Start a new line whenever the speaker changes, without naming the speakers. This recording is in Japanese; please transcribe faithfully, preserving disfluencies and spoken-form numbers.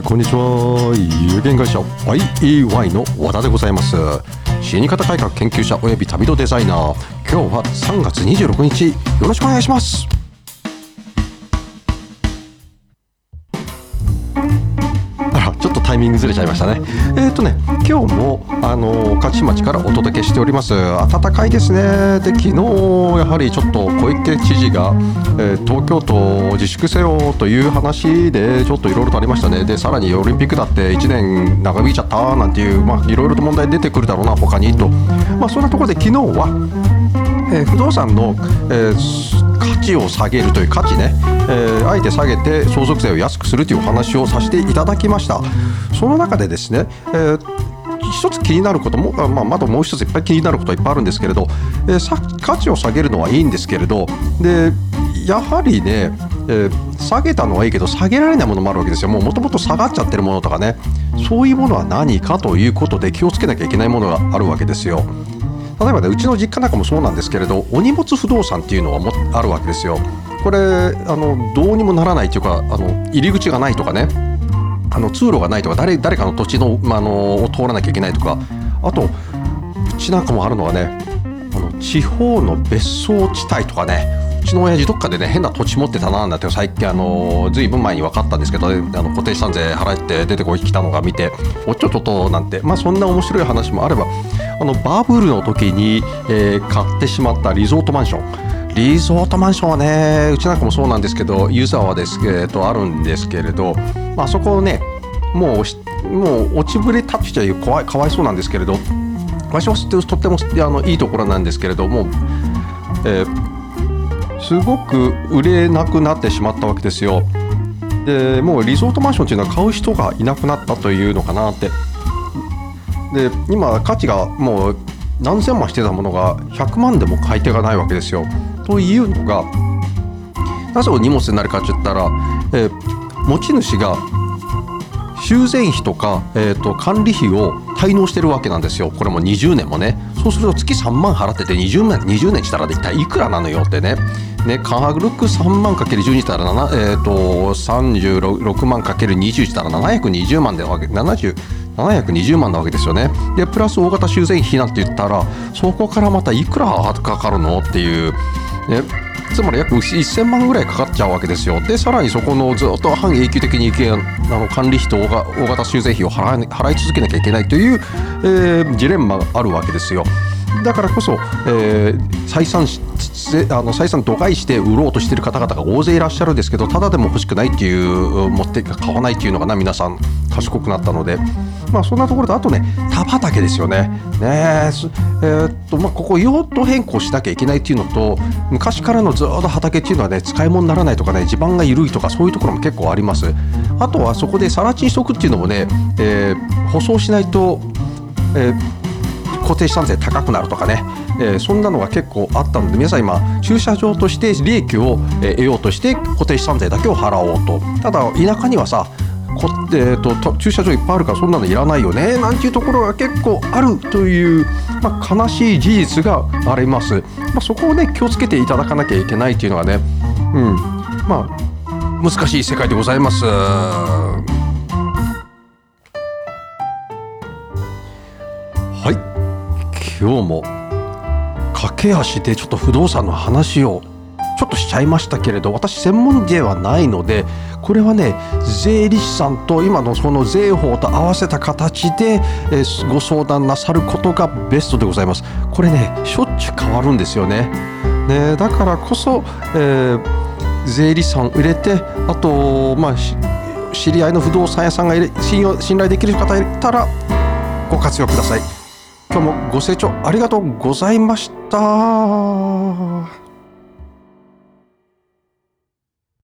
こんにちは。有限会社 ワイイーワイ の和田でございます。死に方改革研究者および旅のデザイナー。今日はさんがつにじゅうろくにち、よろしくお願いします。ちょっとタイミングずれちゃいましたね。えーとね今日もあの勝ち町からお届けしております。暖かいですね。で昨日やはりちょっと小池知事が、えー、東京都を自粛せよという話でちょっといろいろとありましたね。でさらにオリンピックだっていちねん長引いちゃったなんていうまあいろいろと問題出てくるだろうな他にと、まあそんなところで昨日は、えー、不動産の、えー価値を下げるという価値ね、えー、あえて下げて相続税を安くするというお話をさせていただきました。その中でですね、えー、一つ気になることも、まあ、まだもう一ついっぱい気になることはいっぱいあるんですけれど、えー、価値を下げるのはいいんですけれど、でやはりね、えー、下げたのはいいけど下げられないものもあるわけですよ。もともと下がっちゃってるものとかね、そういうものは何かということで気をつけなきゃいけないものがあるわけですよ。例えばね、うちの実家なんかもそうなんですけれど、お荷物不動産っていうのはもあるわけですよ。これあのどうにもならないというか、あの入り口がないとかね、あの通路がないとか、 誰, 誰かの土地の、まあ、あのを通らなきゃいけないとか、あとうちなんかもあるのはね、あの地方の別荘地帯とかね、うちの親父どっかでね変な土地持ってたななんて最近あのずいぶん前に分かったんですけど、ね、あの固定資産税払って出てこい来たのが見ておっちょちょっとなんて、まあそんな面白い話もあれば、あのバブルの時に、えー、買ってしまったリゾートマンションリゾートマンションはね、うちなんかもそうなんですけど、湯沢ですけれどあるんですけれど、まあそこをねもうもう落ちぶれ立ちちゃう怖いかわいそうなんですけれど、場所はとってもあのいいところなんですけれども、えーすごく売れなくなってしまったわけですよ。でもうリゾートマンションっていうのは買う人がいなくなったというのかなって。で今価値がもう何千万してたものがひゃくまんでも買い手がないわけですよ。というのがなぜお荷物になるかって言ったら、えー、持ち主が修繕費とか、えー、と管理費を滞納してるわけなんですよ。これもにじゅうねんもね。そうすると月さんまん払っててにじゅうねん、にじゅうねんしたら一体いくらなのよってね。ね、軽くさんまんかけるじゅうにしたら、えー、とさんじゅうろくまんかけるにじゅうしたらななひゃくにじゅうまんでわけななじゅう ななひゃくにじゅうまんなわけですよね。でプラス大型修繕費なんて言ったらそこからまたいくらかかるのっていう、ね、つまり約せんまんぐらいかかっちゃうわけですよ。でさらにそこのずっと半永久的にあの管理費と大型修繕費を払い、払い続けなきゃいけないという、えー、ジレンマがあるわけですよ。だからこそ、えー、採算しあの採算度外して売ろうとしている方々が大勢いらっしゃるんですけど、ただでも欲しくないっていう持って買わないっていうのがな、皆さん賢くなったので、まあそんなところで、あとね田畑ですよね。ねええー、っとまあここ用途変更しなきゃいけないっていうのと、昔からのずっと畑っていうのはね使い物にならないとかね、地盤が緩いとかそういうところも結構あります。あとはそこで更地にしとくっていうのもね、えー、舗装しないと、えー固定資産税高くなるとかね、えー、そんなのが結構あったので、皆さん今駐車場として利益を得ようとして固定資産税だけを払おうと。ただ田舎にはさこ、えー、と駐車場いっぱいあるからそんなのいらないよねなんていうところが結構あるという、まあ、悲しい事実があります。まあ、そこをね気をつけていただかなきゃいけないというのがね、うん、まあ難しい世界でございます。はい、今日も駆け足でちょっと不動産の話をちょっとしちゃいましたけれど、私専門ではないので、これはね税理士さんと今のその税法と合わせた形で、えー、ご相談なさることがベストでございます。これねしょっちゅう変わるんですよね。ねだからこそ、えー、税理士さんを入れて、あとまあ知り合いの不動産屋さんがいれ 信用信頼できる方がいたらご活用ください。今日もご清聴ありがとうございました。